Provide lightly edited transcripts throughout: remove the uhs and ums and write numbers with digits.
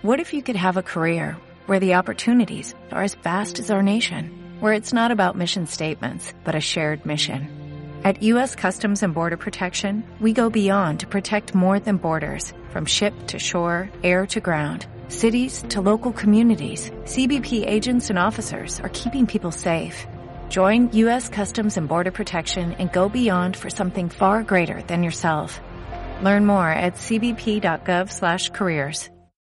What if you could have a career where the opportunities are as vast as our nation, where it's not about mission statements, but a shared mission? At U.S. Customs and Border Protection, we go beyond to protect more than borders, from ship to shore, air to ground, cities to local communities. CBP agents and officers are keeping people safe. Join U.S. Customs and Border Protection and go beyond for something far greater than yourself. Learn more at cbp.gov/careers.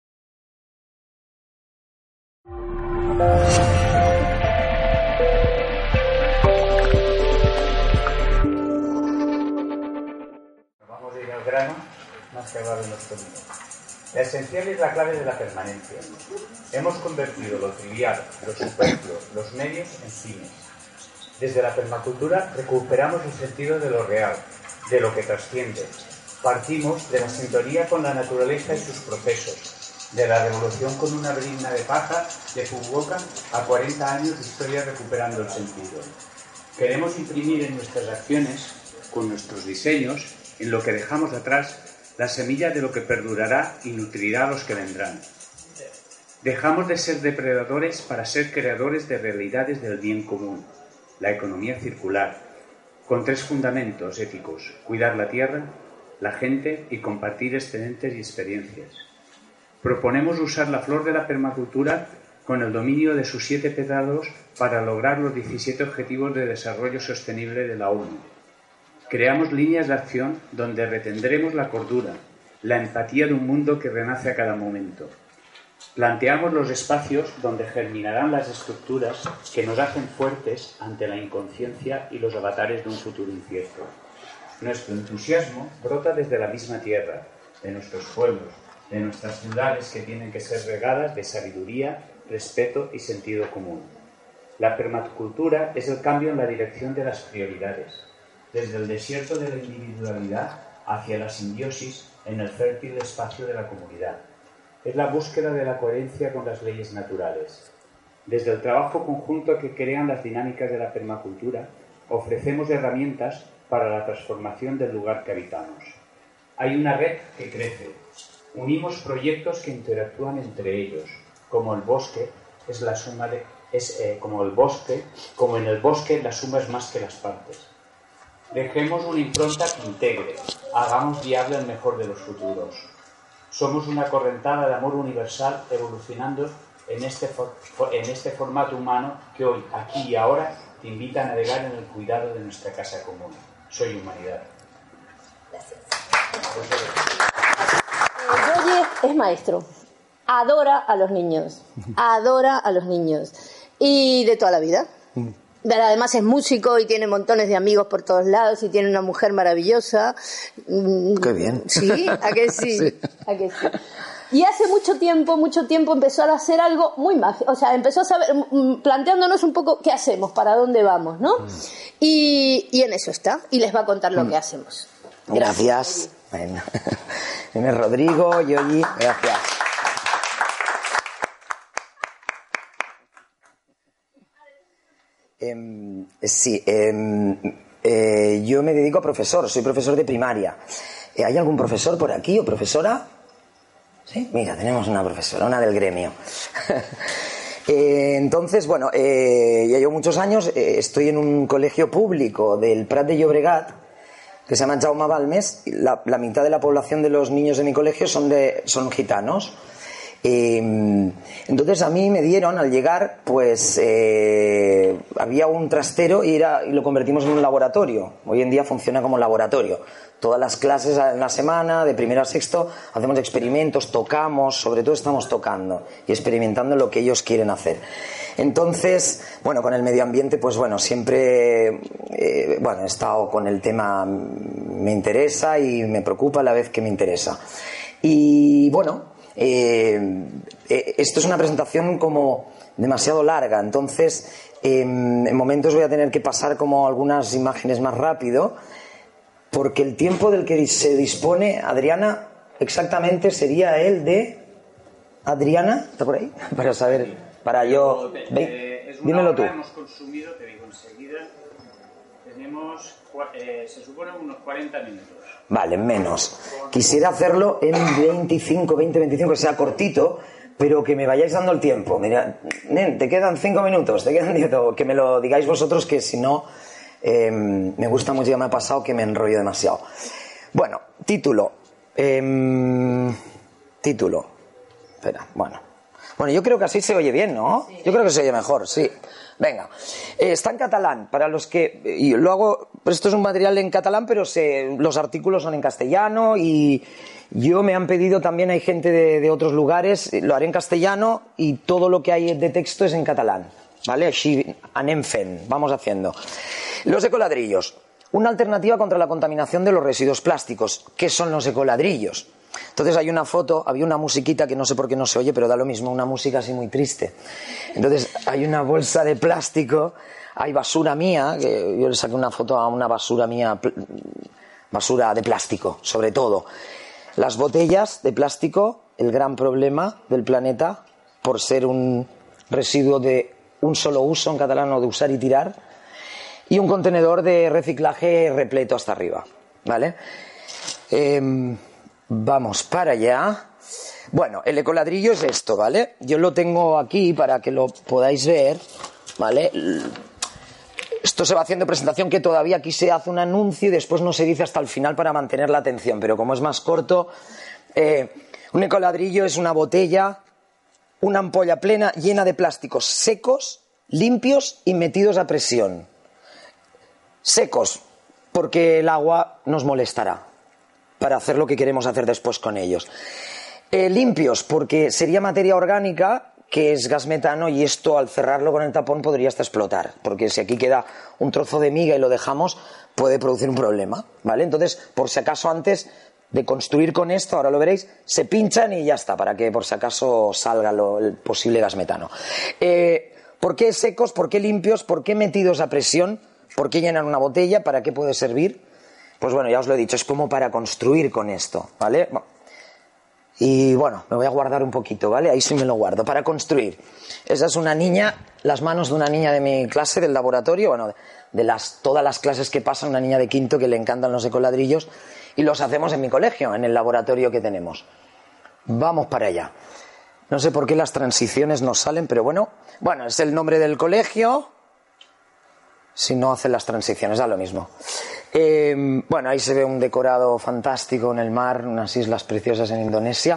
Vamos a ir al grano, más que hablar de los términos. La esencial es la clave de la permanencia. Hemos convertido lo trivial, lo superfluo, los medios en fines. Desde la permacultura recuperamos el sentido de lo real, de lo que trasciende. Partimos de la sintonía con la naturaleza y sus procesos, de la revolución con una brizna de paja de Fukuoka a 40 años de historia recuperando el sentido. Queremos imprimir en nuestras acciones, con nuestros diseños, en lo que dejamos atrás, la semilla de lo que perdurará y nutrirá a los que vendrán. Dejamos de ser depredadores para ser creadores de realidades del bien común, la economía circular, con 3 fundamentos éticos: cuidar la tierra, la gente y compartir excedentes y experiencias. Proponemos usar la flor de la permacultura con el dominio de sus 7 pétalos para lograr los 17 Objetivos de Desarrollo Sostenible de la ONU. Creamos líneas de acción donde retendremos la cordura, la empatía de un mundo que renace a cada momento. Planteamos los espacios donde germinarán las estructuras que nos hacen fuertes ante la inconsciencia y los avatares de un futuro incierto. Nuestro entusiasmo brota desde la misma tierra, de nuestros pueblos, de nuestras ciudades que tienen que ser regadas de sabiduría, respeto y sentido común. La permacultura es el cambio en la dirección de las prioridades, desde el desierto de la individualidad hacia la simbiosis en el fértil espacio de la comunidad. Es la búsqueda de la coherencia con las leyes naturales. Desde el trabajo conjunto que crean las dinámicas de la permacultura, ofrecemos herramientas para la transformación del lugar que habitamos. Hay una red que crece. Unimos proyectos que interactúan entre ellos, como el bosque es la suma de como en el bosque la suma es más que las partes. Dejemos una impronta que integre, hagamos viable el mejor de los futuros. Somos una correntada de amor universal evolucionando en este formato humano que hoy, aquí y ahora, te invita a navegar en el cuidado de nuestra casa común. Soy humanidad. Gracias. Yoyi es maestro. Adora a los niños. Y de toda la vida. Pero además es músico y tiene montones de amigos por todos lados y tiene una mujer maravillosa. Qué bien. Sí, ¿a que sí? Sí. ¿A que sí? Y hace mucho tiempo empezó a hacer algo muy mágico. O sea, empezó a saber, planteándonos un poco qué hacemos, para dónde vamos, ¿no? Y en eso está. Y les va a contar lo que hacemos. Gracias. Bueno. Rodrigo, Yoyi, gracias. Yo me dedico a profesor, soy profesor de primaria. ¿Hay algún profesor por aquí o profesora? Sí, mira, tenemos una profesora, una del gremio. Entonces, bueno, ya llevo muchos años, estoy en un colegio público del Prat de Llobregat que se llama Jaume Balmes. La mitad de la población de los niños de mi colegio son gitanos. Entonces a mí me dieron, al llegar, pues había un trastero y lo convertimos en un laboratorio. Hoy en día funciona como laboratorio. Todas las clases en la semana, de primero a sexto, hacemos experimentos, tocamos, sobre todo estamos tocando y experimentando lo que ellos quieren hacer. Entonces, bueno, con el medio ambiente, pues bueno, siempre he estado con el tema, me interesa y me preocupa a la vez que me interesa. Y bueno, esto es una presentación como demasiado larga, entonces en momentos voy a tener que pasar como algunas imágenes más rápido, porque el tiempo del que se dispone Adriana exactamente sería el de Adriana, ¿está por ahí? Para saber, para yo... dímelo tú. Hemos consumido, te digo enseguida, Tenemos, se supone, unos 40 minutos. Vale, menos. Quisiera hacerlo en 20, 25, que sea cortito, pero que me vayáis dando el tiempo. Mira, te quedan 5 minutos, te quedan 10, que me lo digáis vosotros, que si no, me gusta mucho, ya me ha pasado que me enrollo demasiado. Bueno, título. Título. Espera, bueno, yo creo que así se oye bien, ¿no? Sí. Yo creo que se oye mejor, sí. Venga, está en catalán, para los que... Yo lo hago, esto es un material en catalán, pero los artículos son en castellano y yo me han pedido también, hay gente de otros lugares, lo haré en castellano y todo lo que hay de texto es en catalán, ¿vale? Així anem fent, vamos haciendo. Los ecoladrillos, una alternativa contra la contaminación de los residuos plásticos. ¿Qué son los ecoladrillos? Entonces hay una foto, había una musiquita que no sé por qué no se oye, pero da lo mismo, una música así muy triste. Entonces hay una bolsa de plástico, hay basura mía, que yo le saqué una foto a una basura mía, basura de plástico, sobre todo. Las botellas de plástico, el gran problema del planeta, por ser un residuo de un solo uso, en catalán, o de usar y tirar, y un contenedor de reciclaje repleto hasta arriba, ¿vale? Vamos para allá. Bueno, el ecoladrillo es esto, ¿vale? Yo lo tengo aquí para que lo podáis ver, ¿vale? Esto se va haciendo presentación, que todavía aquí se hace un anuncio y después no se dice hasta el final para mantener la atención, pero como es más corto, un ecoladrillo es una botella, una ampolla plena llena de plásticos secos, limpios y metidos a presión. Secos, porque el agua nos molestará para hacer lo que queremos hacer después con ellos. Limpios, porque sería materia orgánica, que es gas metano, y esto al cerrarlo con el tapón podría hasta explotar, porque si aquí queda un trozo de miga y lo dejamos, puede producir un problema, ¿vale? Entonces, por si acaso, antes de construir con esto, ahora lo veréis, se pinchan y ya está, para que por si acaso salga el posible gas metano. ¿Por qué secos? ¿Por qué limpios? ¿Por qué metidos a presión? ¿Por qué llenan una botella? ¿Para qué puede servir? Pues bueno, ya os lo he dicho, es como para construir con esto, ¿vale? Y bueno, me voy a guardar un poquito, ¿vale? Ahí sí me lo guardo, para construir. Esa es una niña, las manos de una niña de mi clase, del laboratorio, bueno, de todas las clases que pasa, una niña de quinto que le encantan los ecoladrillos, y los hacemos en mi colegio, en el laboratorio que tenemos. Vamos para allá. No sé por qué las transiciones no salen, pero bueno, es el nombre del colegio. Si no hacen las transiciones, da lo mismo. Bueno, ahí se ve un decorado fantástico en el mar, unas islas preciosas en Indonesia.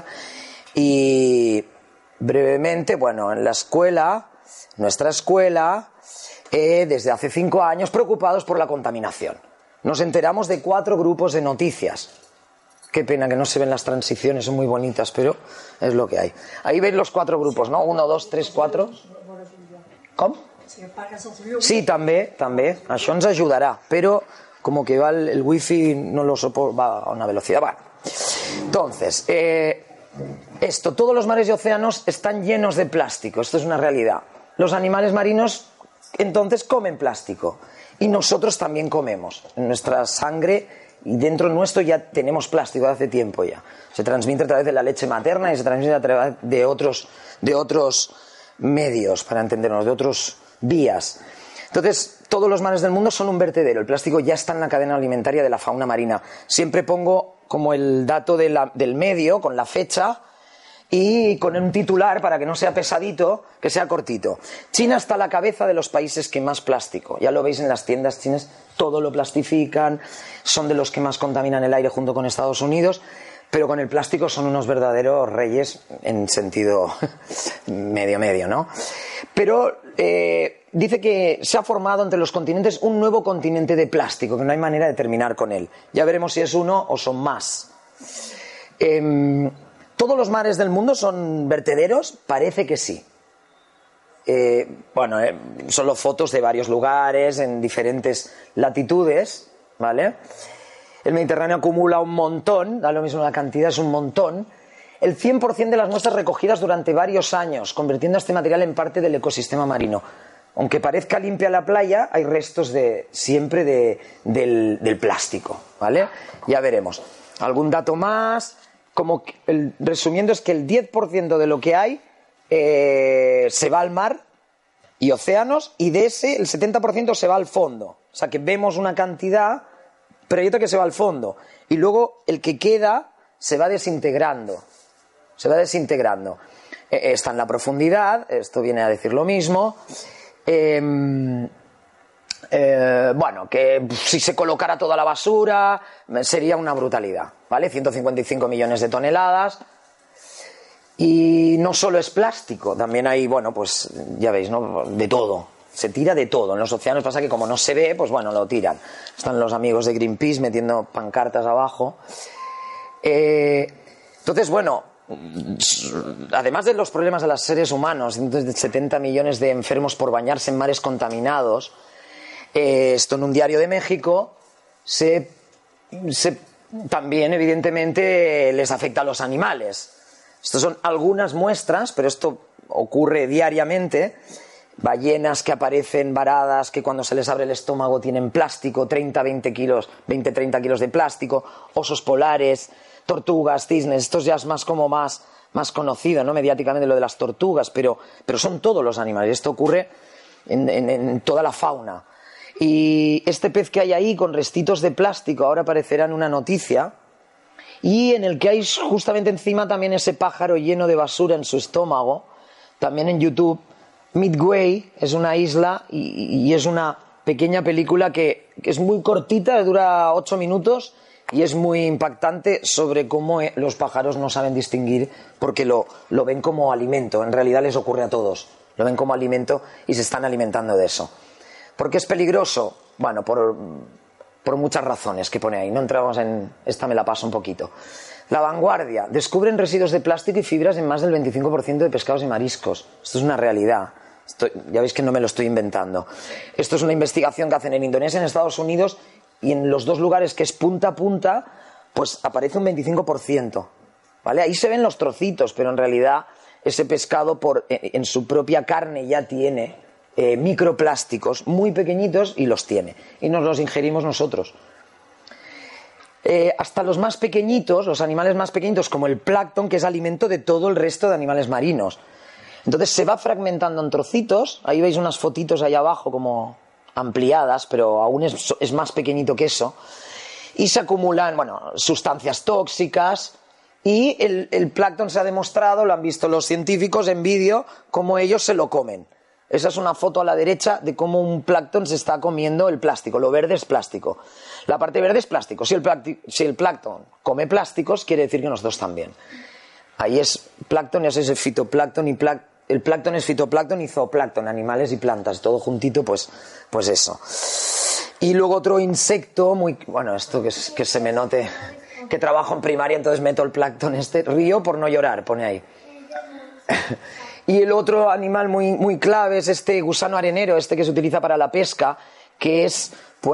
Y brevemente, bueno, en la escuela, nuestra escuela, desde hace 5 años, preocupados por la contaminación. Nos enteramos de 4 grupos de noticias. Qué pena que no se ven las transiciones, son muy bonitas, pero es lo que hay. Ahí veis los 4 grupos, ¿no? 1, 2, 3, 4. ¿Cómo? Sí, també. Això ens ajudarà, però como que va el wifi no lo soporta, va a una velocidad. Bueno. Entonces, todos los mares y océanos están llenos de plástico, esto es una realidad. Los animales marinos entonces comen plástico y nosotros también comemos. En nuestra sangre y dentro nuestro ya tenemos plástico de hace tiempo ya. Se transmite a través de la leche materna y se transmite a través de otros medios, para entendernos, de otros vías. Entonces, todos los mares del mundo son un vertedero. El plástico ya está en la cadena alimentaria de la fauna marina. Siempre pongo como el dato del medio, con la fecha, y con un titular para que no sea pesadito, que sea cortito. China está a la cabeza de los países que más plástico. Ya lo veis en las tiendas chinas, todo lo plastifican, son de los que más contaminan el aire junto con Estados Unidos, pero con el plástico son unos verdaderos reyes en sentido medio, ¿no? Pero dice que se ha formado entre los continentes un nuevo continente de plástico, que no hay manera de terminar con él. Ya veremos si es uno o son más. ¿Todos los mares del mundo son vertederos? Parece que sí. Solo fotos de varios lugares en diferentes latitudes, ¿vale? El Mediterráneo acumula un montón, da lo mismo la cantidad, es un montón. El 100% de las muestras recogidas durante varios años, convirtiendo este material en parte del ecosistema marino. Aunque parezca limpia la playa, hay restos siempre del plástico, ¿vale? Ya veremos. ¿Algún dato más? Resumiendo, es que el 10% de lo que hay se va al mar y océanos, y de ese el 70% se va al fondo. O sea, que vemos una cantidad, pero hay otra que se va al fondo. Y luego el que queda se va desintegrando. Se va desintegrando. Está en la profundidad, esto viene a decir lo mismo. Bueno, que si se colocara toda la basura sería una brutalidad, ¿vale? 155 millones de toneladas. Y no solo es plástico, también hay, bueno, pues ya veis, ¿no? De todo. Se tira de todo. En los océanos pasa que como no se ve, pues bueno, lo tiran. Están los amigos de Greenpeace metiendo pancartas abajo. Entonces, bueno, además de los problemas de los seres humanos, 170 millones de enfermos por bañarse en mares contaminados, esto en un diario de México también evidentemente les afecta a los animales. Estas son algunas muestras, pero esto ocurre diariamente. Ballenas que aparecen varadas, que cuando se les abre el estómago tienen plástico, 20-30 kilos de plástico, osos polares, tortugas, cisnes. Esto ya es más conocido, ¿no? Mediáticamente lo de las tortugas, pero son todos los animales. Esto ocurre en toda la fauna. Y este pez que hay ahí con restitos de plástico ahora aparecerá en una noticia, y en el que hay justamente encima también ese pájaro lleno de basura en su estómago, también en YouTube. Midway es una isla y es una pequeña película que es muy cortita, dura 8 minutos y es muy impactante sobre cómo los pájaros no saben distinguir porque lo ven como alimento. En realidad les ocurre a todos, lo ven como alimento y se están alimentando de eso. ¿Por qué es peligroso? Bueno, por muchas razones que pone ahí. No entramos en... Esta me la paso un poquito. La Vanguardia. Descubren residuos de plástico y fibras en más del 25% de pescados y mariscos. Esto es una realidad. Ya veis que no me lo estoy inventando. Esto es una investigación que hacen en Indonesia, en Estados Unidos, y en los dos lugares que es punta a punta, pues aparece un 25%. ¿Vale? Ahí se ven los trocitos, pero en realidad ese pescado en su propia carne ya tiene microplásticos muy pequeñitos y los tiene. Y nos los ingerimos nosotros. Hasta los más pequeñitos, los animales más pequeñitos, como el plancton, que es alimento de todo el resto de animales marinos. Entonces se va fragmentando en trocitos. Ahí veis unas fotitos ahí abajo como ampliadas, pero aún es más pequeñito que eso. Y se acumulan, bueno, sustancias tóxicas. Y el plancton se ha demostrado, lo han visto los científicos en vídeo, cómo ellos se lo comen. Esa es una foto a la derecha de cómo un plancton se está comiendo el plástico. Lo verde es plástico. La parte verde es plástico. Si el plancton come plásticos, quiere decir que nosotros también. Ahí es plancton, ya sabéis, el fitoplancton y el plancton es fitoplancton y zooplancton, animales y plantas, todo juntito, pues eso. Y luego otro insecto muy... Bueno, esto que se me note que trabajo en primaria, entonces meto el plancton río por no llorar, pone ahí. Y el otro animal muy clave es este gusano arenero, que se utiliza para la pesca, que es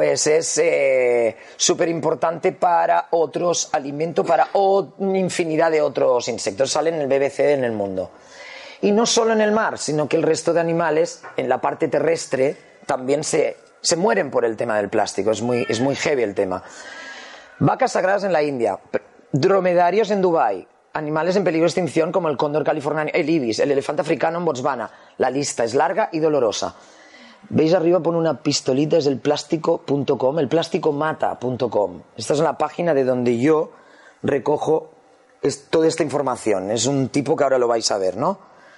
súper importante para otros alimentos, para una infinidad de otros insectos. Sale en el BBC en el mundo. Y no solo en el mar, sino que el resto de animales, en la parte terrestre, también se mueren por el tema del plástico. Es muy heavy el tema. Vacas sagradas en la India, dromedarios en Dubái, animales en peligro de extinción como el cóndor californiano, el ibis, el elefante africano en Botswana. La lista es larga y dolorosa. Veis arriba pone una pistolita, es el plástico.com, el plásticomata.com. Esta es la página de donde yo recojo toda esta información. Es un tipo que ahora lo vais a ver, ¿no?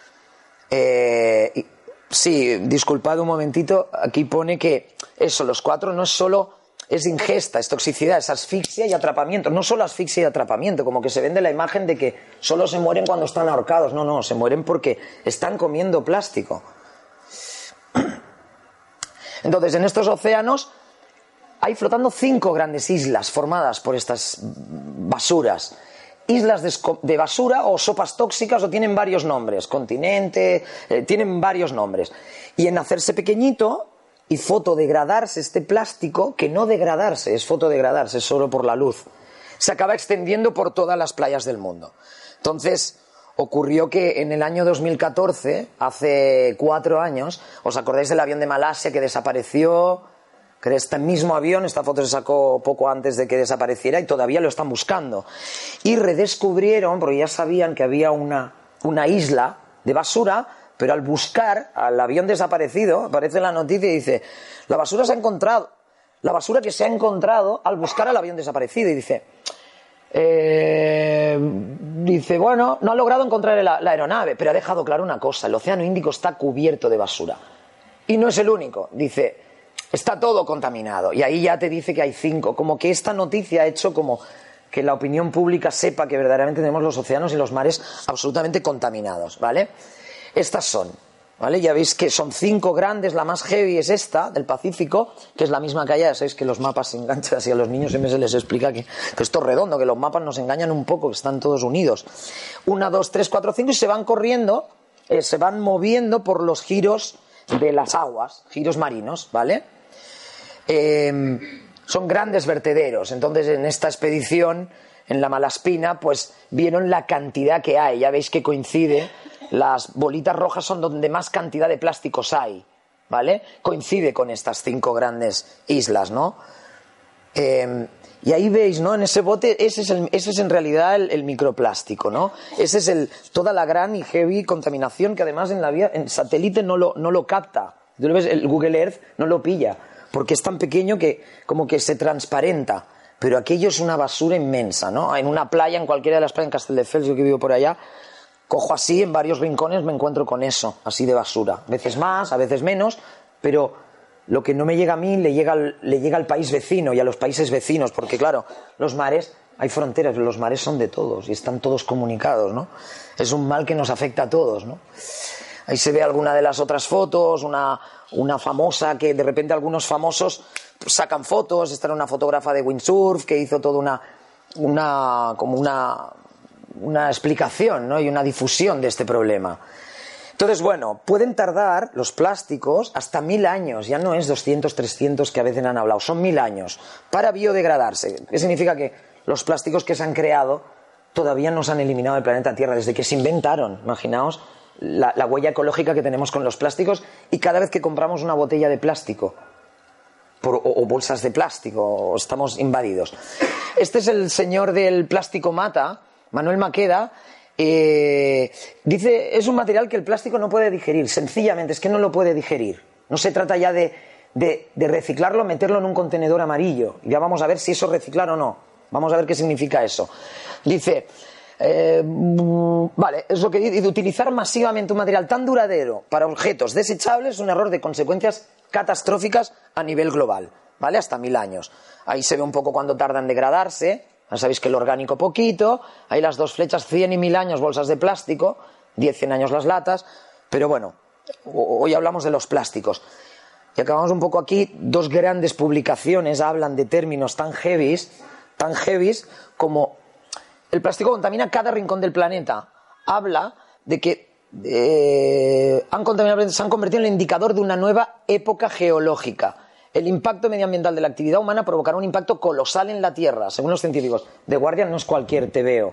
Sí, disculpad un momentito. Aquí pone que eso, los 4 no es solo... Es ingesta, es toxicidad, es asfixia y atrapamiento. No solo asfixia y atrapamiento, como que se vende la imagen de que solo se mueren cuando están ahorcados. No, se mueren porque están comiendo plástico. Entonces, en estos océanos hay flotando 5 grandes islas formadas por estas basuras. Islas de basura o sopas tóxicas, o tienen varios nombres. Continente, tienen varios nombres. Y en hacerse pequeñito y fotodegradarse este plástico, que no degradarse, es fotodegradarse solo por la luz, se acaba extendiendo por todas las playas del mundo. Entonces, ocurrió que en el año 2014, hace 4 años, ¿os acordáis del avión de Malasia que desapareció? Que este mismo avión, esta foto se sacó poco antes de que desapareciera y todavía lo están buscando. Y redescubrieron, porque ya sabían que había una isla de basura, pero al buscar al avión desaparecido, aparece la noticia y dice: la basura se ha encontrado, la basura que se ha encontrado al buscar al avión desaparecido. Y dice, bueno, no ha logrado encontrar la aeronave, pero ha dejado claro una cosa: el Océano Índico está cubierto de basura. Y no es el único. Dice, está todo contaminado. Y ahí ya te dice que hay 5. Como que esta noticia ha hecho como que la opinión pública sepa que verdaderamente tenemos los océanos y los mares absolutamente contaminados, ¿vale? Estas son, ¿vale? Ya veis que son 5 grandes. La más heavy es esta, del Pacífico, que es la misma que allá. Ya sabéis que los mapas se enganchan así, a los niños siempre se les explica que esto es redondo, que los mapas nos engañan un poco, que están todos unidos. 1, 2, 3, 4, 5 y se van corriendo, se van moviendo por los giros de las aguas, giros marinos, ¿vale? Son grandes vertederos. Entonces, en esta expedición, en la Malaspina, pues vieron la cantidad que hay. Ya veis que coincide. Las bolitas rojas son donde más cantidad de plásticos hay, ¿vale? Coincide con estas 5 grandes islas, ¿no? Y ahí veis, ¿no? En ese bote, ese es en realidad el microplástico, ¿no? Ese es toda la gran y heavy contaminación que además en satélite no lo capta. Tú lo ves, el Google Earth no lo pilla, porque es tan pequeño que como que se transparenta. Pero aquello es una basura inmensa, ¿no? En una playa, en cualquiera de las playas, en Castelldefels, yo que vivo por allá, cojo así, en varios rincones me encuentro con eso, así de basura. A veces más, a veces menos, pero lo que no me llega a mí le llega al país vecino y a los países vecinos, porque claro, los mares, hay fronteras, pero los mares son de todos y están todos comunicados, ¿no? Es un mal que nos afecta a todos, ¿no? Ahí se ve alguna de las otras fotos, una famosa, que de repente algunos famosos sacan fotos. Esta era una fotógrafa de windsurf que hizo toda una explicación, ¿no? Y una difusión de este problema. Entonces, bueno, pueden tardar los plásticos hasta 1000 años, ya no es 200, 300 que a veces han hablado, son 1000 años para biodegradarse. ¿Qué significa? Que los plásticos que se han creado todavía no se han eliminado del planeta Tierra desde que se inventaron. Imaginaos la huella ecológica que tenemos con los plásticos, y cada vez que compramos una botella de plástico o bolsas de plástico, estamos invadidos. Este es el señor del plástico mata, Manuel Maqueda. Dice, es un material que el plástico no puede digerir, sencillamente es que no lo puede digerir. No se trata ya de reciclarlo, meterlo en un contenedor amarillo. Ya vamos a ver si eso es reciclar o no. Vamos a ver qué significa eso. Dice, vale, es lo que dice, de utilizar masivamente un material tan duradero para objetos desechables es un error de consecuencias catastróficas a nivel global, ¿vale? Hasta 1000 años. Ahí se ve un poco cuando tarda en degradarse. Ya sabéis que el orgánico poquito, hay las 2 flechas, 100 y 1000 años bolsas de plástico, 10, 100 años las latas, pero bueno, hoy hablamos de los plásticos. Y acabamos un poco aquí, 2 grandes publicaciones hablan de términos tan heavies como el plástico contamina cada rincón del planeta. Habla de que se han convertido en el indicador de una nueva época geológica. El impacto medioambiental de la actividad humana provocará un impacto colosal en la Tierra, según los científicos. The Guardian no es cualquier TVO,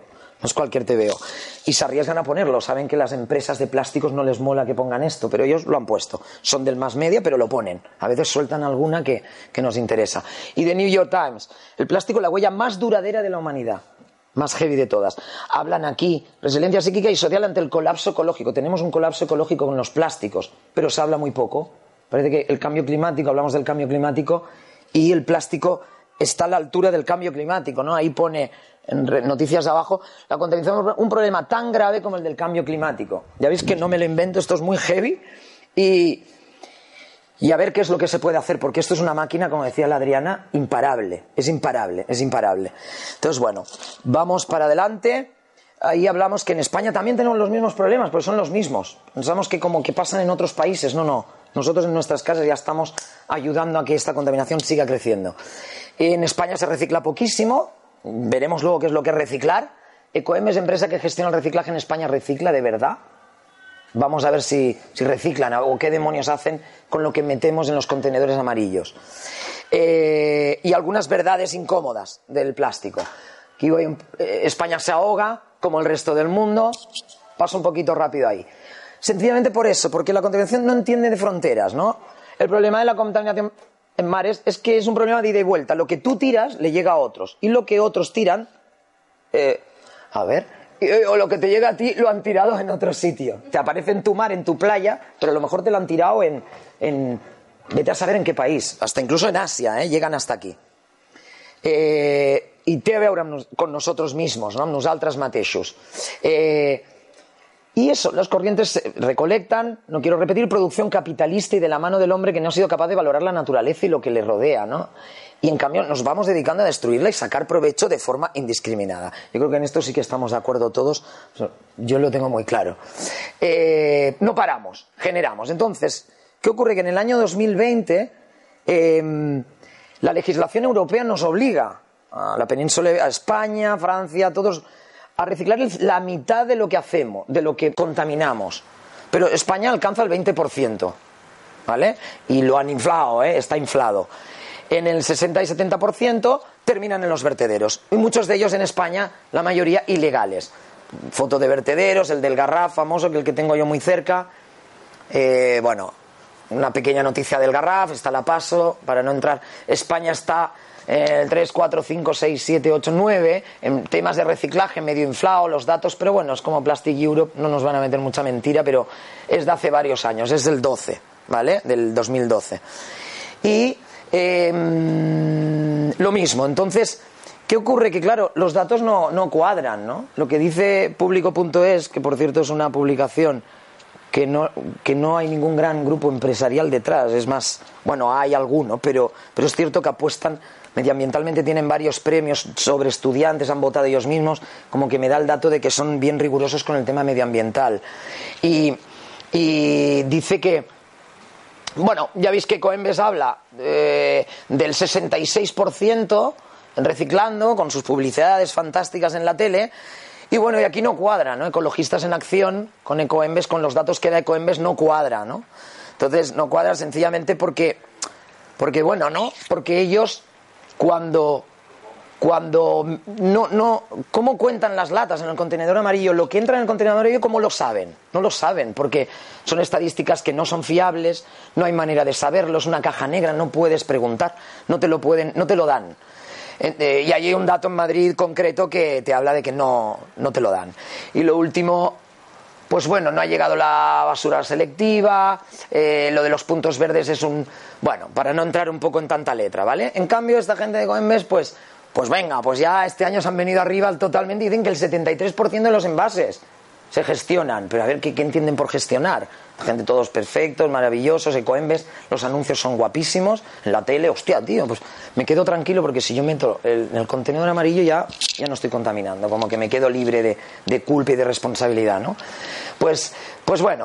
y se arriesgan a ponerlo. Saben que las empresas de plásticos no les mola que pongan esto, pero ellos lo han puesto. Son del más media, pero lo ponen. A veces sueltan alguna que nos interesa. Y The New York Times, el plástico, la huella más duradera de la humanidad, más heavy de todas. Hablan aquí, resiliencia psíquica y social ante el colapso ecológico. Tenemos un colapso ecológico con los plásticos, pero se habla muy poco. Parece que el cambio climático, hablamos del cambio climático, y el plástico está a la altura del cambio climático, ¿no? Ahí pone en noticias de abajo, la contaminación, un problema tan grave como el del cambio climático. Ya veis que no me lo invento, esto es muy heavy, y a ver qué es lo que se puede hacer, porque esto es una máquina, como decía la Adriana, imparable. Es imparable. Entonces, bueno, vamos para adelante. Ahí hablamos que en España también tenemos los mismos problemas, porque son los mismos. Pensamos que como que pasan en otros países, no. Nosotros en nuestras casas ya estamos ayudando a que esta contaminación siga creciendo. En España se recicla poquísimo, veremos luego qué es lo que es reciclar. Ecoembes, empresa que gestiona el reciclaje en España, ¿recicla de verdad? Vamos a ver si reciclan o qué demonios hacen con lo que metemos en los contenedores amarillos. Y algunas verdades incómodas del plástico. Aquí España se ahoga, como el resto del mundo. Paso un poquito rápido ahí. Sencillamente por eso, porque la contaminación no entiende de fronteras, ¿no? El problema de la contaminación en mares es que es un problema de ida y vuelta. Lo que tú tiras le llega a otros, y lo que otros tiran, o lo que te llega a ti lo han tirado en otro sitio. Te aparece en tu mar, en tu playa, pero a lo mejor te lo han tirado en vete a saber en qué país, hasta incluso en Asia, llegan hasta aquí. I té a veure con nosotros mismos, ¿no? Amb nosaltres mateixos. Y eso, las corrientes recolectan, no quiero repetir, producción capitalista y de la mano del hombre que no ha sido capaz de valorar la naturaleza y lo que le rodea, ¿no? Y en cambio nos vamos dedicando a destruirla y sacar provecho de forma indiscriminada. Yo creo que en esto sí que estamos de acuerdo todos, yo lo tengo muy claro. No paramos, generamos. Entonces, ¿qué ocurre? Que en el año 2020 la legislación europea nos obliga a la península, a España, Francia, a todos, a reciclar la mitad de lo que hacemos, de lo que contaminamos. Pero España alcanza el 20%, ¿vale? Y lo han inflado, está inflado. En el 60 y 70% terminan en los vertederos. Y muchos de ellos en España, la mayoría ilegales. Foto de vertederos, el del Garraf famoso, que el que tengo yo muy cerca. Bueno, una pequeña noticia del Garraf, esta la paso para no entrar. España está el 3, 4, 5, 6, 7, 8, 9 en temas de reciclaje, medio inflado los datos, pero bueno, es como Plastic Europe, no nos van a meter mucha mentira, pero es de hace varios años, es del 12, ¿vale? Del 2012. Y lo mismo, entonces, ¿qué ocurre? Que claro, los datos no cuadran, ¿no? Lo que dice Público.es, que por cierto es una publicación que no hay ningún gran grupo empresarial detrás, es más, bueno, hay alguno, pero es cierto que apuestan medioambientalmente, tienen varios premios sobre estudiantes, han votado ellos mismos, como que me da el dato de que son bien rigurosos con el tema medioambiental. Y dice que, bueno, ya veis que Ecoembes habla del 66% reciclando, con sus publicidades fantásticas en la tele. Y bueno, y aquí no cuadra, ¿no? Ecologistas en Acción, con Ecoembes, con los datos que da Ecoembes, no cuadra, ¿no? Entonces, no cuadra sencillamente porque bueno, ¿no? Porque ellos, cuando no, ¿cómo cuentan las latas en el contenedor amarillo? Lo que entra en el contenedor amarillo, ¿cómo lo saben? No lo saben, porque son estadísticas que no son fiables, no hay manera de saberlo, es una caja negra, no puedes preguntar, no te lo dan. Y hay un dato en Madrid concreto que te habla de que no te lo dan. Y lo último, pues bueno, no ha llegado la basura selectiva, lo de los puntos verdes es bueno, para no entrar un poco en tanta letra, ¿vale? En cambio, esta gente de Ecoembes, pues venga, pues ya este año se han venido arriba totalmente y dicen que el 73% de los envases se gestionan. Pero a ver, ¿qué entienden por gestionar? La gente, todos perfectos, maravillosos, Ecoembes, los anuncios son guapísimos, en la tele, hostia, tío, pues me quedo tranquilo porque si yo meto en el contenedor amarillo ya no estoy contaminando, como que me quedo libre de culpa y de responsabilidad, ¿no? Pues bueno,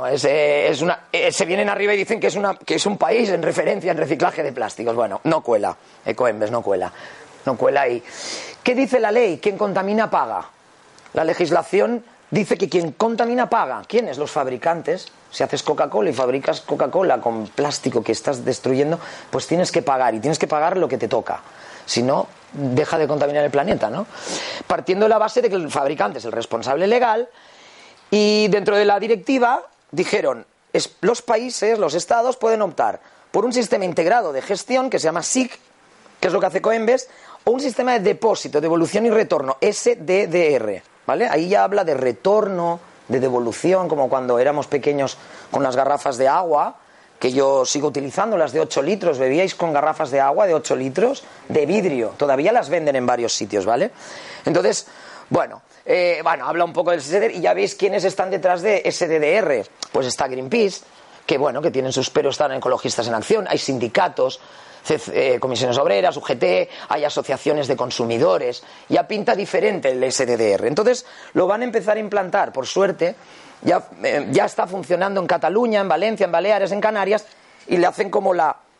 se vienen arriba y dicen que es un país en referencia en reciclaje de plásticos. Bueno, no cuela, Ecoembes no cuela. ¿Y qué dice la ley? Quien contamina paga. La legislación dice que quien contamina paga. ¿Quiénes? Los fabricantes. Si haces Coca-Cola y fabricas Coca-Cola con plástico que estás destruyendo, pues tienes que pagar, y tienes que pagar lo que te toca. Si no, deja de contaminar el planeta, ¿no? Partiendo de la base de que el fabricante es el responsable legal, y dentro de la directiva dijeron, los países, los estados pueden optar por un sistema integrado de gestión que se llama SIC, que es lo que hace Ecoembes, o un sistema de depósito, devolución y retorno, SDDR, ¿vale? Ahí ya habla de retorno, de devolución, como cuando éramos pequeños con las garrafas de agua, que yo sigo utilizando, las de 8 litros, bebíais con garrafas de agua de 8 litros, de vidrio, todavía las venden en varios sitios, ¿vale? Entonces, bueno, habla un poco del SDDR y ya veis quiénes están detrás de SDDR. Pues está Greenpeace, que bueno, que tienen sus peros, están Ecologistas en Acción, hay sindicatos, comisiones obreras, UGT, hay asociaciones de consumidores, ya pinta diferente el SDDR. Entonces lo van a empezar a implantar, por suerte, ya está funcionando en Cataluña, en Valencia, en Baleares, en Canarias, y le hacen como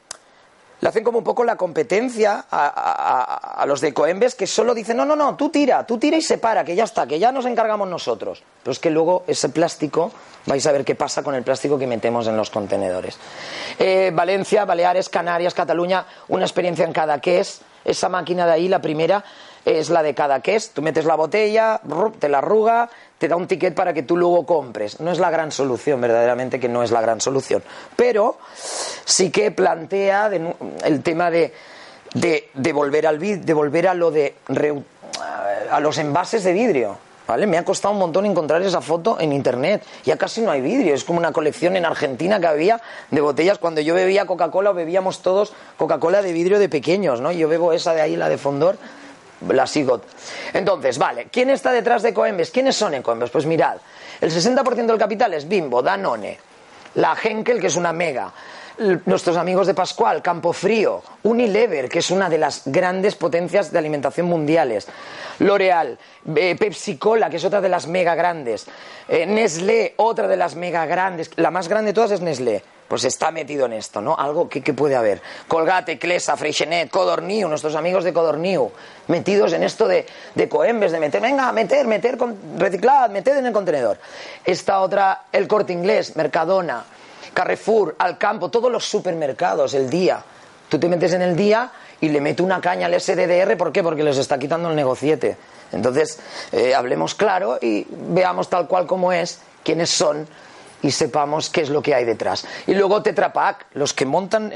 un poco la competencia a los de Ecoembes, que solo dicen, no, tú tira y separa, que ya está, que ya nos encargamos nosotros. Pero es que luego ese plástico, vais a ver qué pasa con el plástico que metemos en los contenedores. Valencia, Baleares, Canarias, Cataluña, una experiencia en Cadaqués. Esa máquina de ahí, la primera, es la de Cadaqués. Tú metes la botella, te la arruga, te da un ticket para que tú luego compres. No es la gran solución, verdaderamente que no es la gran solución. Pero sí que plantea el tema de volver a los envases de vidrio. ¿vale? Me ha costado un montón encontrar esa foto en internet. Ya casi no hay vidrio, es como una colección en Argentina que había de botellas. Cuando yo bebía Coca-Cola, bebíamos todos Coca-Cola de vidrio de pequeños, ¿no? Yo bebo esa de ahí, la de Fondor, la Sigot. Entonces, vale, ¿quién está detrás de Ecoembes? ¿Quiénes son Ecoembes? Pues mirad, el 60% del capital es Bimbo, Danone, la Henkel, que es una mega, nuestros amigos de Pascual, Campofrío, Unilever, que es una de las grandes potencias de alimentación mundiales, L'Oreal, Pepsi Cola, que es otra de las mega grandes, Nestlé, otra de las mega grandes, la más grande de todas es Nestlé. Pues está metido en esto, ¿no? Algo que puede haber. Colgate, Clesa, Freixenet, Codorniu, nuestros amigos de Codorniu, metidos en esto de Ecoembes, de meter, venga, meter, reciclad, meted en el contenedor. Esta otra, el Corte Inglés, Mercadona, Carrefour, Alcampo, todos los supermercados, el Día. Tú te metes en el Día y le metes una caña al SDDR, ¿por qué? Porque les está quitando el negociete. Entonces, hablemos claro y veamos tal cual como es, quiénes son, y sepamos qué es lo que hay detrás. Y luego Tetra Pak, los que montan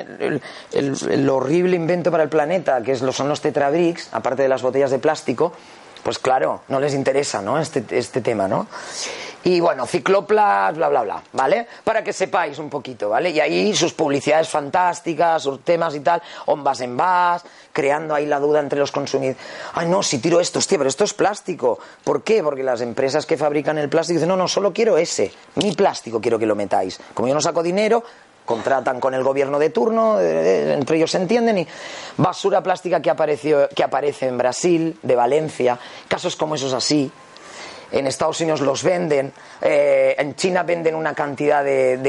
el horrible invento para el planeta, que son los Tetra Bricks, aparte de las botellas de plástico, pues claro, no les interesa, ¿no? este tema, ¿no? Y bueno, Cicloplas, bla, bla, bla, ¿vale? Para que sepáis un poquito, ¿vale? Y ahí sus publicidades fantásticas, sus temas y tal, on vas en vas, creando ahí la duda entre los consumidores. Ay, no, si tiro esto, hostia, pero esto es plástico. ¿Por qué? Porque las empresas que fabrican el plástico dicen, no, solo quiero ese, mi plástico quiero que lo metáis. Como yo no saco dinero, contratan con el gobierno de turno, entre ellos se entienden, y basura plástica que aparece en Brasil, de Valencia, casos como esos así. En Estados Unidos los venden, en China venden una cantidad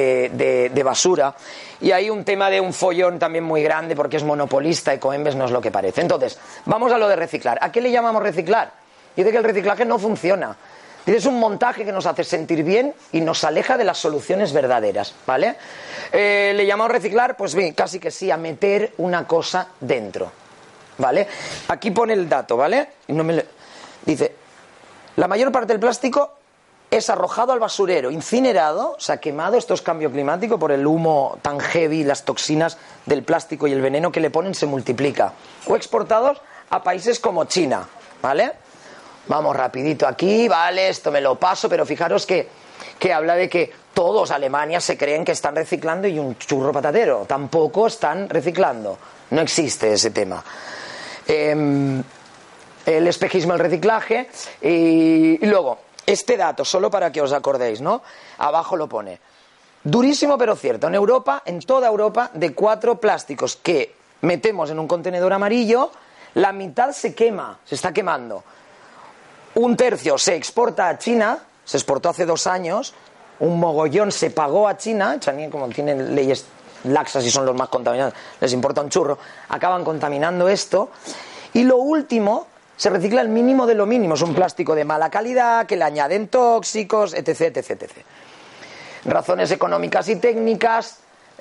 de basura, y hay un tema de un follón también muy grande porque es monopolista. Ecoembes no es lo que parece. Entonces, vamos a lo de reciclar. ¿A qué le llamamos reciclar? Dice que el reciclaje no funciona. Dice, es un montaje que nos hace sentir bien y nos aleja de las soluciones verdaderas, ¿vale? Le llamamos reciclar, pues bien, casi que sí, a meter una cosa dentro, ¿vale? Aquí pone el dato, ¿vale? Dice, la mayor parte del plástico es arrojado al basurero, incinerado, o sea, quemado. Esto es cambio climático por el humo tan heavy, las toxinas del plástico y el veneno que le ponen se multiplica. O exportados a países como China, ¿vale? Vamos rapidito aquí, vale, esto me lo paso, pero fijaros que habla de que todos Alemania se creen que están reciclando y un churro patatero. Tampoco están reciclando. No existe ese tema. El espejismo, el reciclaje, y luego este dato, solo para que os acordéis, ¿no? Abajo lo pone, durísimo pero cierto. En Europa, en toda Europa, de 4 plásticos que metemos en un contenedor amarillo, la mitad se quema, se está quemando. 1/3 se exporta a China, se exportó hace 2 años, un mogollón se pagó a China, como tienen leyes laxas y son los más contaminantes, les importa un churro, acaban contaminando esto. Y lo último, se recicla el mínimo de lo mínimo, es un plástico de mala calidad, que le añaden tóxicos, etc, etc, etc. Razones económicas y técnicas.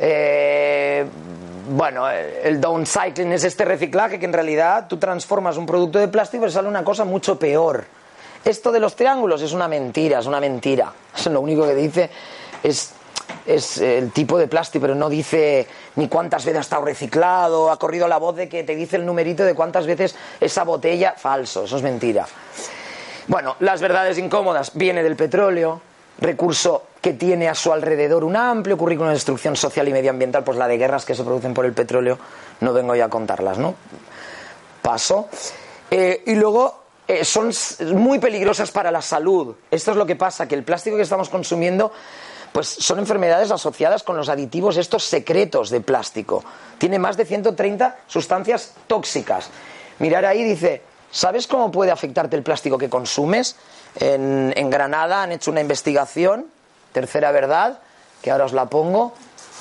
Bueno, el downcycling es este reciclaje que en realidad tú transformas un producto de plástico y sale una cosa mucho peor. Esto de los triángulos es una mentira, es una mentira. Eso lo único que dice es el tipo de plástico, pero no dice ni cuántas veces ha estado reciclado. Ha corrido la voz de que te dice el numerito de cuántas veces esa botella. Falso, eso es mentira. Bueno, las verdades incómodas. Viene del petróleo, recurso que tiene a su alrededor un amplio currículum de destrucción social y medioambiental, pues la de guerras que se producen por el petróleo, no vengo ya a contarlas, ¿no? Paso. Y luego son muy peligrosas para la salud. Esto es lo que pasa, que el plástico que estamos consumiendo, pues son enfermedades asociadas con los aditivos estos secretos de plástico. Tiene más de 130 sustancias tóxicas. Mirar ahí, dice, ¿sabes cómo puede afectarte el plástico que consumes? En Granada han hecho una investigación, tercera verdad, que ahora os la pongo.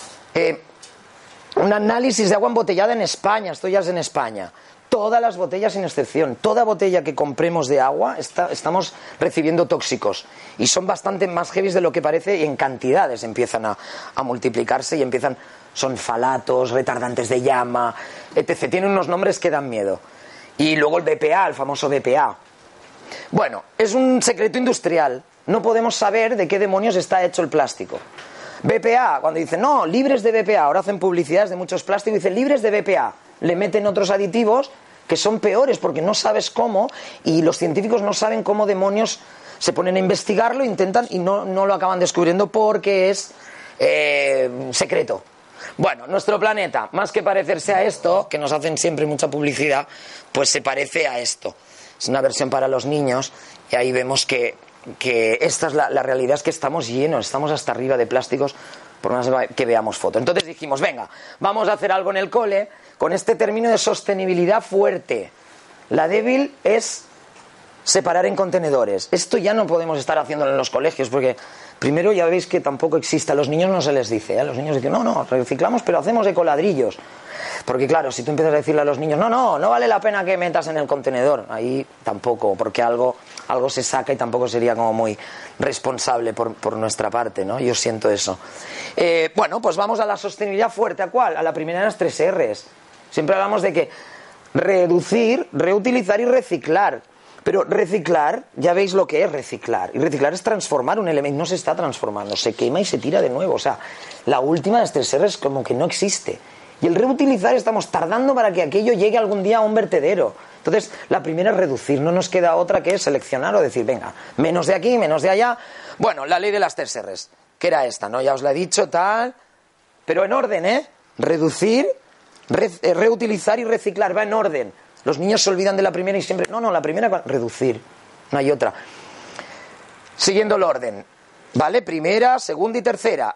Un análisis de agua embotellada en España, esto ya es en España. Todas las botellas sin excepción, toda botella que compremos de agua estamos recibiendo tóxicos y son bastante más heavy de lo que parece, y en cantidades empiezan a multiplicarse y son falatos, retardantes de llama, etc. Tienen unos nombres que dan miedo. Y luego el BPA, el famoso BPA. Bueno, es un secreto industrial, no podemos saber de qué demonios está hecho el plástico. BPA, cuando dicen, no, libres de BPA, ahora hacen publicidades de muchos plásticos y dicen libres de BPA. Le meten otros aditivos que son peores porque no sabes cómo, y los científicos no saben cómo demonios se ponen a investigarlo, intentan y no lo acaban descubriendo porque es secreto. Bueno, nuestro planeta, más que parecerse a esto, que nos hacen siempre mucha publicidad, pues se parece a esto. Es una versión para los niños y ahí vemos que esta es la realidad, es que estamos llenos, estamos hasta arriba de plásticos por más que veamos fotos. Entonces dijimos, venga, vamos a hacer algo en el cole con este término de sostenibilidad fuerte. La débil es separar en contenedores. Esto ya no podemos estar haciéndolo en los colegios porque primero ya veis que tampoco existe. A los niños no se les dice, ¿eh? Los niños dicen, no, reciclamos pero hacemos ecoladrillos. Porque claro, si tú empiezas a decirle a los niños, no vale la pena que metas en el contenedor, ahí tampoco, porque algo se saca y tampoco sería como muy responsable por nuestra parte, ¿no? Yo siento eso. Bueno, pues vamos a la sostenibilidad fuerte. ¿A cuál? A la primera de las 3 R's. Siempre hablamos de que reducir, reutilizar y reciclar. Pero reciclar, ya veis lo que es reciclar. Y reciclar es transformar un elemento. No se está transformando, se quema y se tira de nuevo. O sea, la última de las 3 R's como que no existe. Y el reutilizar estamos tardando para que aquello llegue algún día a un vertedero. Entonces, la primera es reducir. No nos queda otra que seleccionar o decir, venga, menos de aquí, menos de allá. Bueno, la ley de las 3 R's, que era esta, ¿no? Ya os la he dicho, tal. Pero en orden, ¿eh? Reducir, reutilizar y reciclar. Va en orden. Los niños se olvidan de la primera y siempre... No, la primera es reducir. No hay otra. Siguiendo el orden. ¿Vale? Primera, segunda y tercera.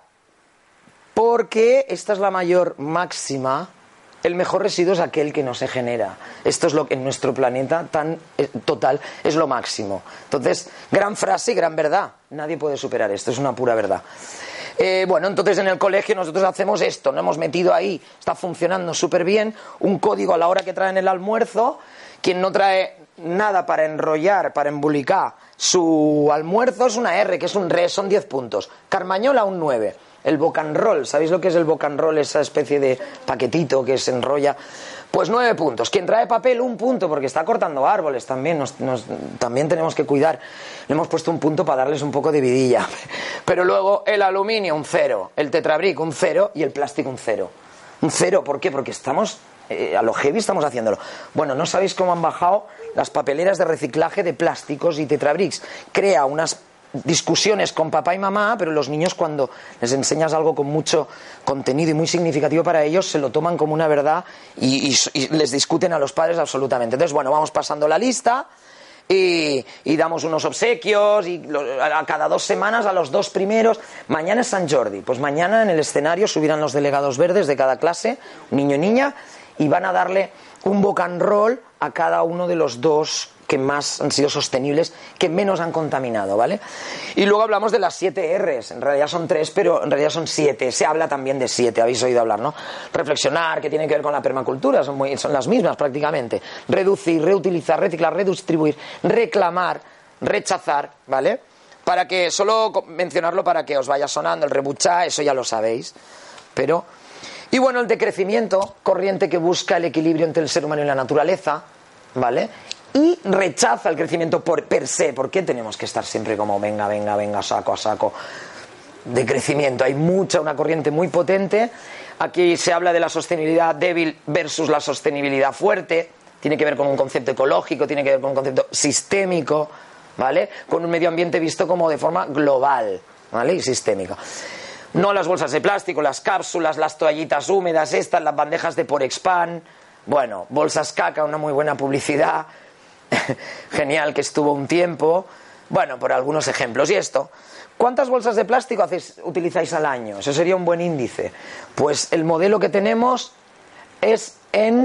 Porque esta es la mayor máxima. El mejor residuo es aquel que no se genera. Esto es lo que en nuestro planeta tan total es lo máximo. Entonces, gran frase y gran verdad. Nadie puede superar esto, es una pura verdad. Bueno, entonces en el colegio nosotros hacemos esto, nos hemos metido ahí, está funcionando súper bien, un código a la hora que traen el almuerzo. Quien no trae nada para enrollar, para embulicar su almuerzo es una R, que es un RE, son 10 puntos. Carmañola un 9. El bocanroll, ¿sabéis lo que es el bocanroll? Esa especie de paquetito que se enrolla. Pues 9 puntos. Quien trae papel, 1 punto, porque está cortando árboles también. También tenemos que cuidar. Le hemos puesto 1 punto para darles un poco de vidilla. Pero luego el aluminio, un 0. El tetrabric, un 0. Y el plástico, un 0. Un 0, ¿por qué? Porque estamos... a lo heavy estamos haciéndolo. Bueno, no sabéis cómo han bajado las papeleras de reciclaje de plásticos y tetrabrics. Crea unas discusiones con papá y mamá, pero los niños cuando les enseñas algo con mucho contenido y muy significativo para ellos, se lo toman como una verdad y les discuten a los padres absolutamente. Entonces, bueno, vamos pasando la lista y damos unos obsequios y a cada 2 semanas a los 2 primeros. Mañana es San Jordi, pues mañana en el escenario subirán los delegados verdes de cada clase, niño y niña, y van a darle un bocanroll a cada uno de los 2 que más han sido sostenibles, que menos han contaminado, ¿vale? Y luego hablamos de las 7 R's, en realidad son 3, pero en realidad son 7, se habla también de 7, habéis oído hablar, ¿no? Reflexionar, que tiene que ver con la permacultura, son las mismas prácticamente. Reducir, reutilizar, reciclar, redistribuir, reclamar, rechazar, ¿vale? Para que, solo mencionarlo para que os vaya sonando, el rebuchá, eso ya lo sabéis, pero... Y bueno, el decrecimiento, corriente que busca el equilibrio entre el ser humano y la naturaleza, ¿vale? Y rechaza el crecimiento per se. ¿Por qué tenemos que estar siempre como venga, saco a saco de crecimiento? Hay una corriente muy potente. Aquí se habla de la sostenibilidad débil versus la sostenibilidad fuerte. Tiene que ver con un concepto ecológico, tiene que ver con un concepto sistémico, ¿vale? Con un medio ambiente visto como de forma global, ¿vale? Y sistémica. No las bolsas de plástico, las cápsulas, las toallitas húmedas, las bandejas de Porexpan. Bueno, bolsas caca, una muy buena publicidad. Genial, que estuvo un tiempo. Bueno, por algunos ejemplos. Y esto, ¿cuántas bolsas de plástico utilizáis al año? Eso sería un buen índice. Pues el modelo que tenemos es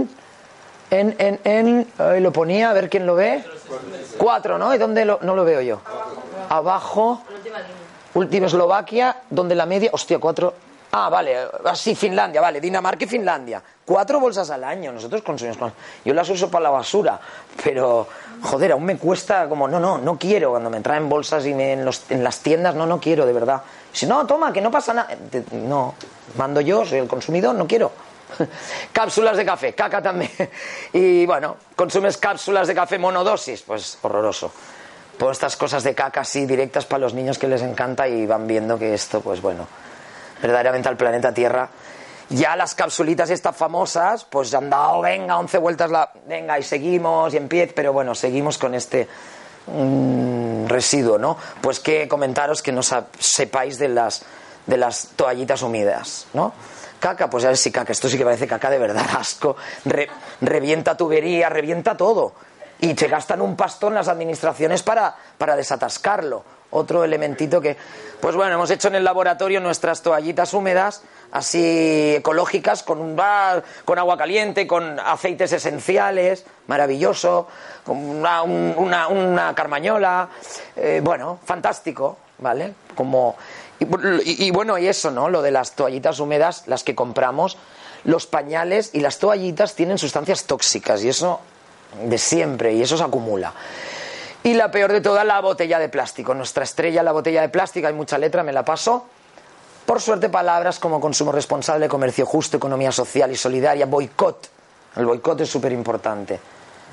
ahí lo ponía, a ver quién lo ve. 4, ¿no? ¿Y dónde no lo veo yo? Abajo. Última Eslovaquia, donde la media... Hostia, 4... Ah, vale, así Finlandia, vale, Dinamarca y Finlandia. 4 bolsas al año, nosotros consumimos. Yo las uso para la basura, pero, joder, aún me cuesta como, no quiero. Cuando me traen bolsas y en las tiendas, no quiero, de verdad. Si no, toma, que no pasa nada. No, mando yo, soy el consumidor, no quiero. Cápsulas de café, caca también. Y bueno, consumes cápsulas de café monodosis, pues horroroso. Pues estas cosas de caca así directas para los niños que les encanta y van viendo que esto, pues bueno, verdaderamente al planeta Tierra. Ya las capsulitas estas famosas, pues han dado, venga, 11 vueltas venga, y seguimos, y empieza, pero bueno, seguimos con este residuo, ¿no? Pues que comentaros que no sepáis de las toallitas húmedas, ¿no? Caca, pues a ver si caca, esto sí que parece caca de verdad, asco, revienta tubería, revienta todo, y se gastan un pastón las administraciones para desatascarlo. Otro elementito que, pues bueno, hemos hecho en el laboratorio nuestras toallitas húmedas, así ecológicas, con agua caliente, con aceites esenciales, maravilloso, con una carmañola, bueno, fantástico, ¿vale? Y bueno, y eso, ¿no? Lo de las toallitas húmedas, las que compramos, los pañales y las toallitas tienen sustancias tóxicas, y eso de siempre, y eso se acumula. Y la peor de todas, la botella de plástico. Nuestra estrella, la botella de plástico, hay mucha letra, me la paso. Por suerte, palabras como consumo responsable, comercio justo, economía social y solidaria, boicot. El boicot es súper importante.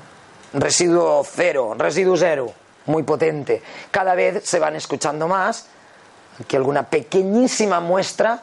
Residuo cero, muy potente. Cada vez se van escuchando más. Aquí alguna pequeñísima muestra.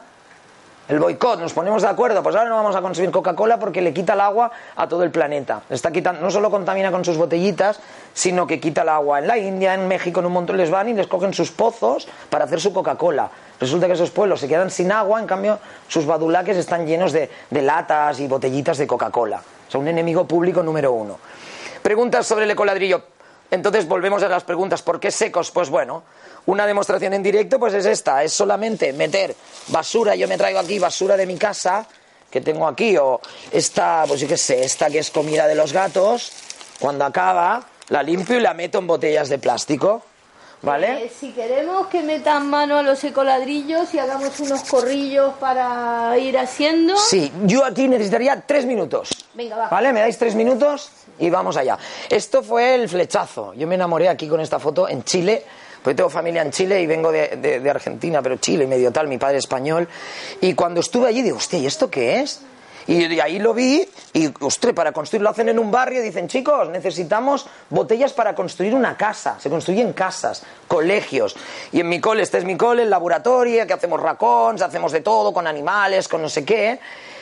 El boicot, nos ponemos de acuerdo, pues ahora no vamos a consumir Coca-Cola porque le quita el agua a todo el planeta. Le está quitando, no solo contamina con sus botellitas, sino que quita el agua. En la India, en México, en un montón les van y les cogen sus pozos para hacer su Coca-Cola. Resulta que esos pueblos se quedan sin agua, en cambio sus badulaques están llenos de latas y botellitas de Coca-Cola. O sea, un enemigo público número 1. Preguntas sobre el ecoladrillo. Entonces volvemos a las preguntas. ¿Por qué secos? Pues bueno, una demostración en directo pues es esta. Es solamente meter basura. Yo me traigo aquí basura de mi casa, que tengo aquí, o esta, pues yo qué sé, esta que es comida de los gatos. Cuando acaba, la limpio y la meto en botellas de plástico, ¿vale? Si queremos que metan mano a los ecoladrillos y hagamos unos corrillos para ir haciendo... Sí, yo aquí necesitaría 3 minutos. Venga, va. ¿Vale? ¿Me dais 3 minutos? Y vamos allá. Esto fue el flechazo. Yo me enamoré aquí con esta foto en Chile, porque tengo familia en Chile y vengo de Argentina, pero Chile y medio tal, mi padre español. Y cuando estuve allí digo, hostia, ¿y esto qué es? Y de ahí lo vi y, ostras, para construir, lo hacen en un barrio, dicen, chicos, necesitamos botellas para construir una casa. Se construyen casas, colegios. Y en mi cole, este es mi cole, el laboratorio, que hacemos racons, hacemos de todo, con animales, con no sé qué.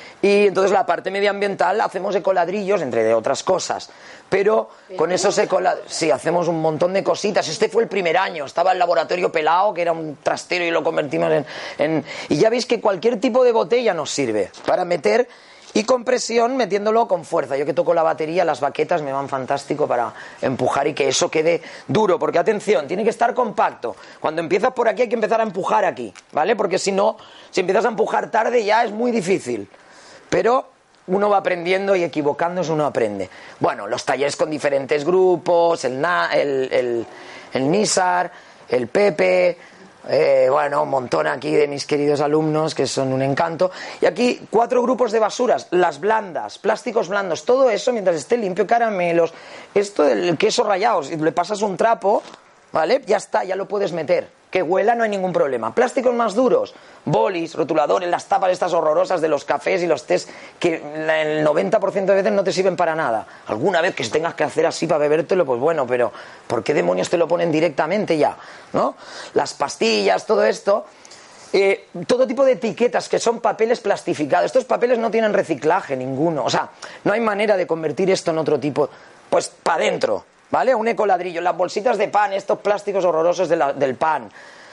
Y entonces la parte medioambiental hacemos ecoladrillos, entre de otras cosas. Pero con esos ecoladrillos, sí, hacemos un montón de cositas. Este fue el primer año, estaba el laboratorio pelado, que era un trastero, y lo convertimos en... Y ya veis que cualquier tipo de botella nos sirve para meter... Y con presión, metiéndolo con fuerza. Yo que toco la batería, las baquetas me van fantástico para empujar y que eso quede duro. Porque, atención, tiene que estar compacto. Cuando empiezas por aquí hay que empezar a empujar aquí, ¿vale? Porque si no, si empiezas a empujar tarde ya es muy difícil. Pero uno va aprendiendo y equivocándose uno aprende. Bueno, los talleres con diferentes grupos, el NISAR, el Pepe... bueno, un montón aquí de mis queridos alumnos que son un encanto. Y aquí 4 grupos de basuras, las blandas, plásticos blandos, todo eso mientras esté limpio, caramelos, esto del queso rallado, si le pasas un trapo, ¿vale? Ya está, ya lo puedes meter. Que huela, no hay ningún problema. Plásticos más duros, bolis, rotuladores, las tapas estas horrorosas de los cafés y los tés que el 90% de veces no te sirven para nada. Alguna vez que tengas que hacer así para bebértelo, pues bueno, pero ¿por qué demonios te lo ponen directamente ya? ¿No? Las pastillas, todo esto... todo tipo de etiquetas que son papeles plastificados. Estos papeles no tienen reciclaje ninguno. O sea, no hay manera de convertir esto en otro tipo. Pues para adentro, ¿vale? Un ecoladrillo, las bolsitas de pan, estos plásticos horrorosos del pan.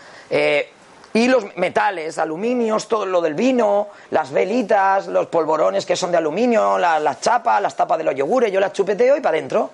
Y los metales, aluminios, todo lo del vino, las velitas, los polvorones que son de aluminio, las chapas, las tapas de los yogures, yo las chupeteo y para adentro.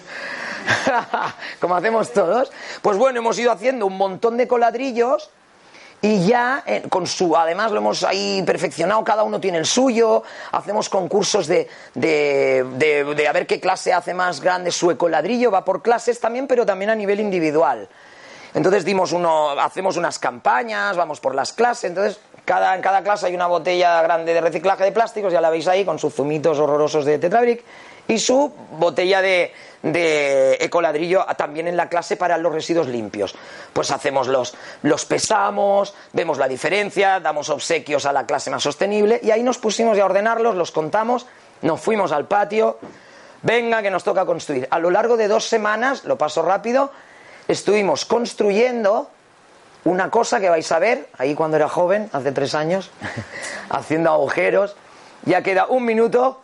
Como hacemos todos. Pues bueno, hemos ido haciendo un montón de coladrillos. Y ya, además lo hemos ahí perfeccionado, cada uno tiene el suyo, hacemos concursos de a ver qué clase hace más grande su ecoladrillo, va por clases también, pero también a nivel individual. Entonces hacemos unas campañas, vamos por las clases, entonces en cada clase hay una botella grande de reciclaje de plásticos, ya la veis ahí, con sus zumitos horrorosos de Tetra Brick, y su botella de ecoladrillo también en la clase para los residuos limpios. Pues hacemos los pesamos, vemos la diferencia, damos obsequios a la clase más sostenible y ahí nos pusimos a ordenarlos, los contamos, nos fuimos al patio, venga que nos toca construir. A lo largo de 2 semanas, lo paso rápido, estuvimos construyendo una cosa que vais a ver, ahí cuando era joven, hace 3 años, haciendo agujeros, ya queda 1 minuto.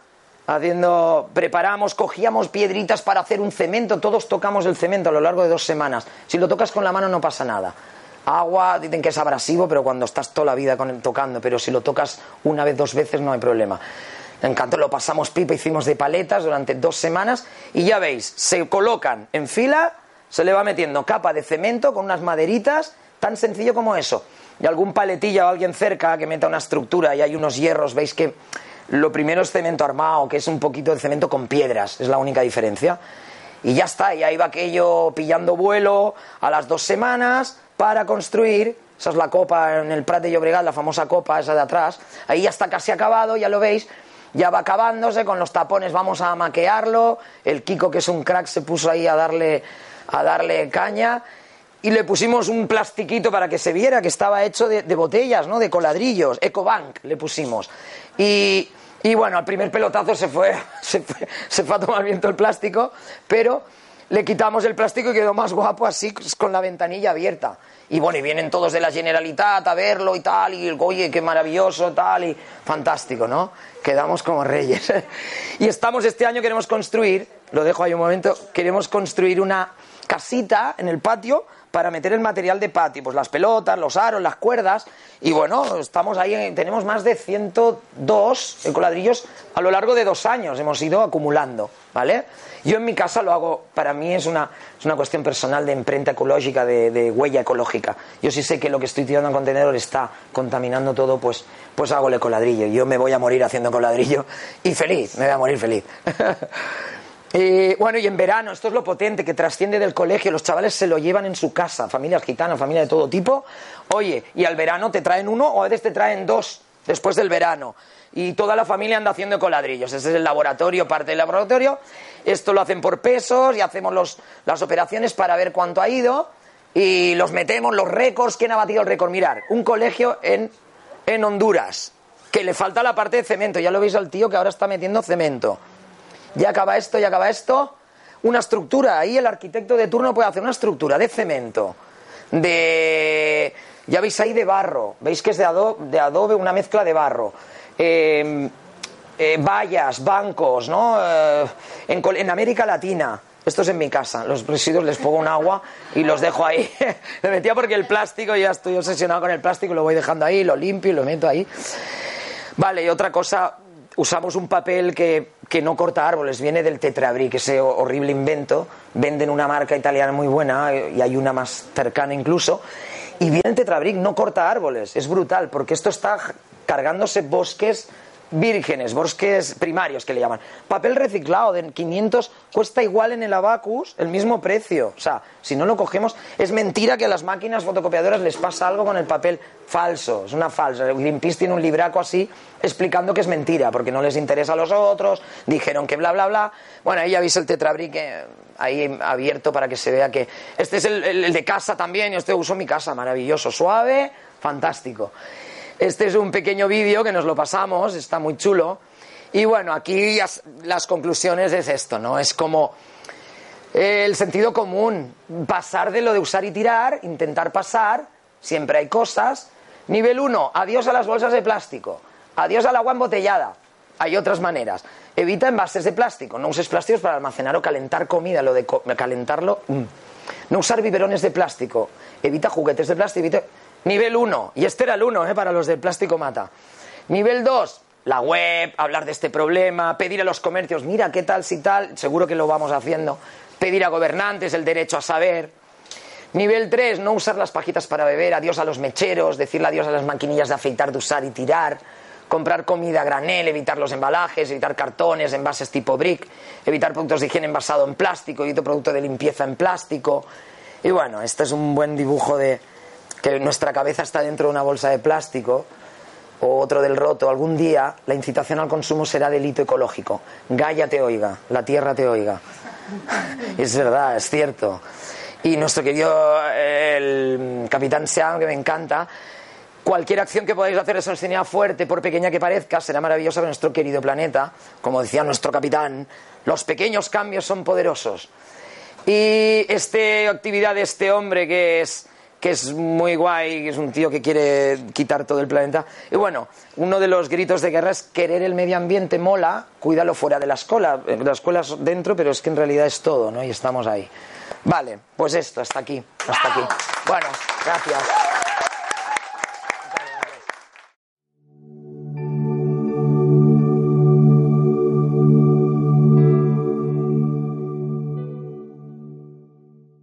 preparamos, cogíamos piedritas para hacer un cemento, todos tocamos el cemento a lo largo de 2 semanas. Si lo tocas con la mano no pasa nada. Agua, dicen que es abrasivo, pero cuando estás toda la vida tocando, pero si lo tocas una vez, 2 veces no hay problema. Me encantó, lo pasamos pipa, hicimos de paletas durante 2 semanas y ya veis, se colocan en fila, se le va metiendo capa de cemento con unas maderitas, tan sencillo como eso. Y algún paletilla o alguien cerca que meta una estructura y hay unos hierros, veis que lo primero es cemento armado, que es un poquito de cemento con piedras, es la única diferencia. Y ya está, y ahí va aquello pillando vuelo a las 2 semanas para construir. Esa es la copa en el Prat de Llobregat, la famosa copa esa de atrás. Ahí ya está casi acabado, ya lo veis. Ya va acabándose, con los tapones vamos a maquearlo. El Kiko, que es un crack, se puso ahí a darle caña. Y le pusimos un plastiquito para que se viera que estaba hecho de botellas, ¿no? De coladrillos. Ecobank le pusimos. Y bueno, al primer pelotazo se fue a tomar viento el plástico, pero le quitamos el plástico y quedó más guapo así, con la ventanilla abierta. Y bueno, y vienen todos de la Generalitat a verlo y tal, y oye, qué maravilloso, tal, y fantástico, ¿no? Quedamos como reyes. Y estamos este año, queremos construir, lo dejo ahí un momento, queremos construir una casita en el patio para meter el material de patio, pues las pelotas, los aros, las cuerdas, y bueno, estamos ahí, tenemos más de 102 coladrillos a lo largo de 2 años, hemos ido acumulando, ¿vale? Yo en mi casa lo hago, para mí es una cuestión personal de emprenta ecológica, de huella ecológica. Yo sí sé que lo que estoy tirando en contenedor está contaminando todo, pues hago el coladrillo. Yo me voy a morir haciendo coladrillo y feliz, me voy a morir feliz. Bueno, y en verano, esto es lo potente, que trasciende del colegio, los chavales se lo llevan en su casa, familias gitanas, familias de todo tipo. Oye, y al verano te traen 1 o a veces te traen 2 después del verano. Y toda la familia anda haciendo coladrillos. Ese es el laboratorio, parte del laboratorio. Esto lo hacen por pesos y hacemos las operaciones para ver cuánto ha ido. Y los metemos, los récords. ¿Quién ha batido el récord? Mirar, un colegio en Honduras, que le falta la parte de cemento. Ya lo veis al tío que ahora está metiendo cemento. Ya acaba esto. Una estructura. Ahí el arquitecto de turno puede hacer una estructura de cemento. Ya veis ahí de barro. Veis que es de adobe, una mezcla de barro. Vallas, bancos, ¿no? En América Latina, esto es en mi casa, los residuos les pongo un agua y los dejo ahí. Me metía porque el plástico, ya estoy obsesionado con el plástico, lo voy dejando ahí, lo limpio y lo meto ahí. Vale, y otra cosa, usamos un papel que no corta árboles, viene del Tetra Brik, ese horrible invento. Venden una marca italiana muy buena y hay una más cercana incluso. Y viene el Tetra Brik, no corta árboles, es brutal, porque esto está cargándose bosques vírgenes, bosques primarios que le llaman. Papel reciclado de 500 cuesta igual en el Abacus, el mismo precio. O sea, si no lo cogemos, es mentira que a las máquinas fotocopiadoras les pasa algo con el papel falso, es una falsa. Greenpeace tiene un libraco así explicando que es mentira, porque no les interesa a los otros, dijeron que bla bla bla. Bueno, ahí ya veis el Tetra Brik ahí abierto para que se vea que... Este es el de casa también, yo este uso en mi casa, maravilloso, suave, fantástico. Este es un pequeño vídeo que nos lo pasamos, está muy chulo. Y bueno, aquí las conclusiones es esto, ¿no? Es como el sentido común, pasar de lo de usar y tirar, intentar pasar, siempre hay cosas. Nivel 1, adiós a las bolsas de plástico, adiós al agua embotellada. Hay otras maneras. Evita envases de plástico, no uses plásticos para almacenar o calentar comida, lo de calentarlo. No usar biberones de plástico, evita juguetes de plástico, Nivel 1, y este era el 1, para los del plástico mata. Nivel 2, la web, hablar de este problema, pedir a los comercios, mira qué tal si tal, seguro que lo vamos haciendo. Pedir a gobernantes el derecho a saber. Nivel 3, no usar las pajitas para beber, adiós a los mecheros, decirle adiós a las maquinillas de afeitar, de usar y tirar. Comprar comida a granel, evitar los embalajes, evitar cartones, envases tipo brick, evitar productos de higiene envasado en plástico, evitar producto de limpieza en plástico. Y bueno, este es un buen dibujo de que nuestra cabeza está dentro de una bolsa de plástico, o otro del roto. Algún día la incitación al consumo será delito ecológico. Gaia te oiga, la tierra te oiga. Es verdad, es cierto. Y nuestro querido el capitán Sean, que me encanta, cualquier acción que podáis hacer de sostenibilidad fuerte, por pequeña que parezca, será maravillosa para nuestro querido planeta. Como decía nuestro capitán, los pequeños cambios son poderosos. Y esta actividad de este hombre, que es que es muy guay, que es un tío que quiere quitar todo el planeta. Y bueno, uno de los gritos de guerra es querer el medio ambiente, mola, cuídalo fuera de la escuela es dentro, pero es que en realidad es todo, ¿no? Y estamos ahí. Vale, pues esto, hasta aquí. Bueno, gracias.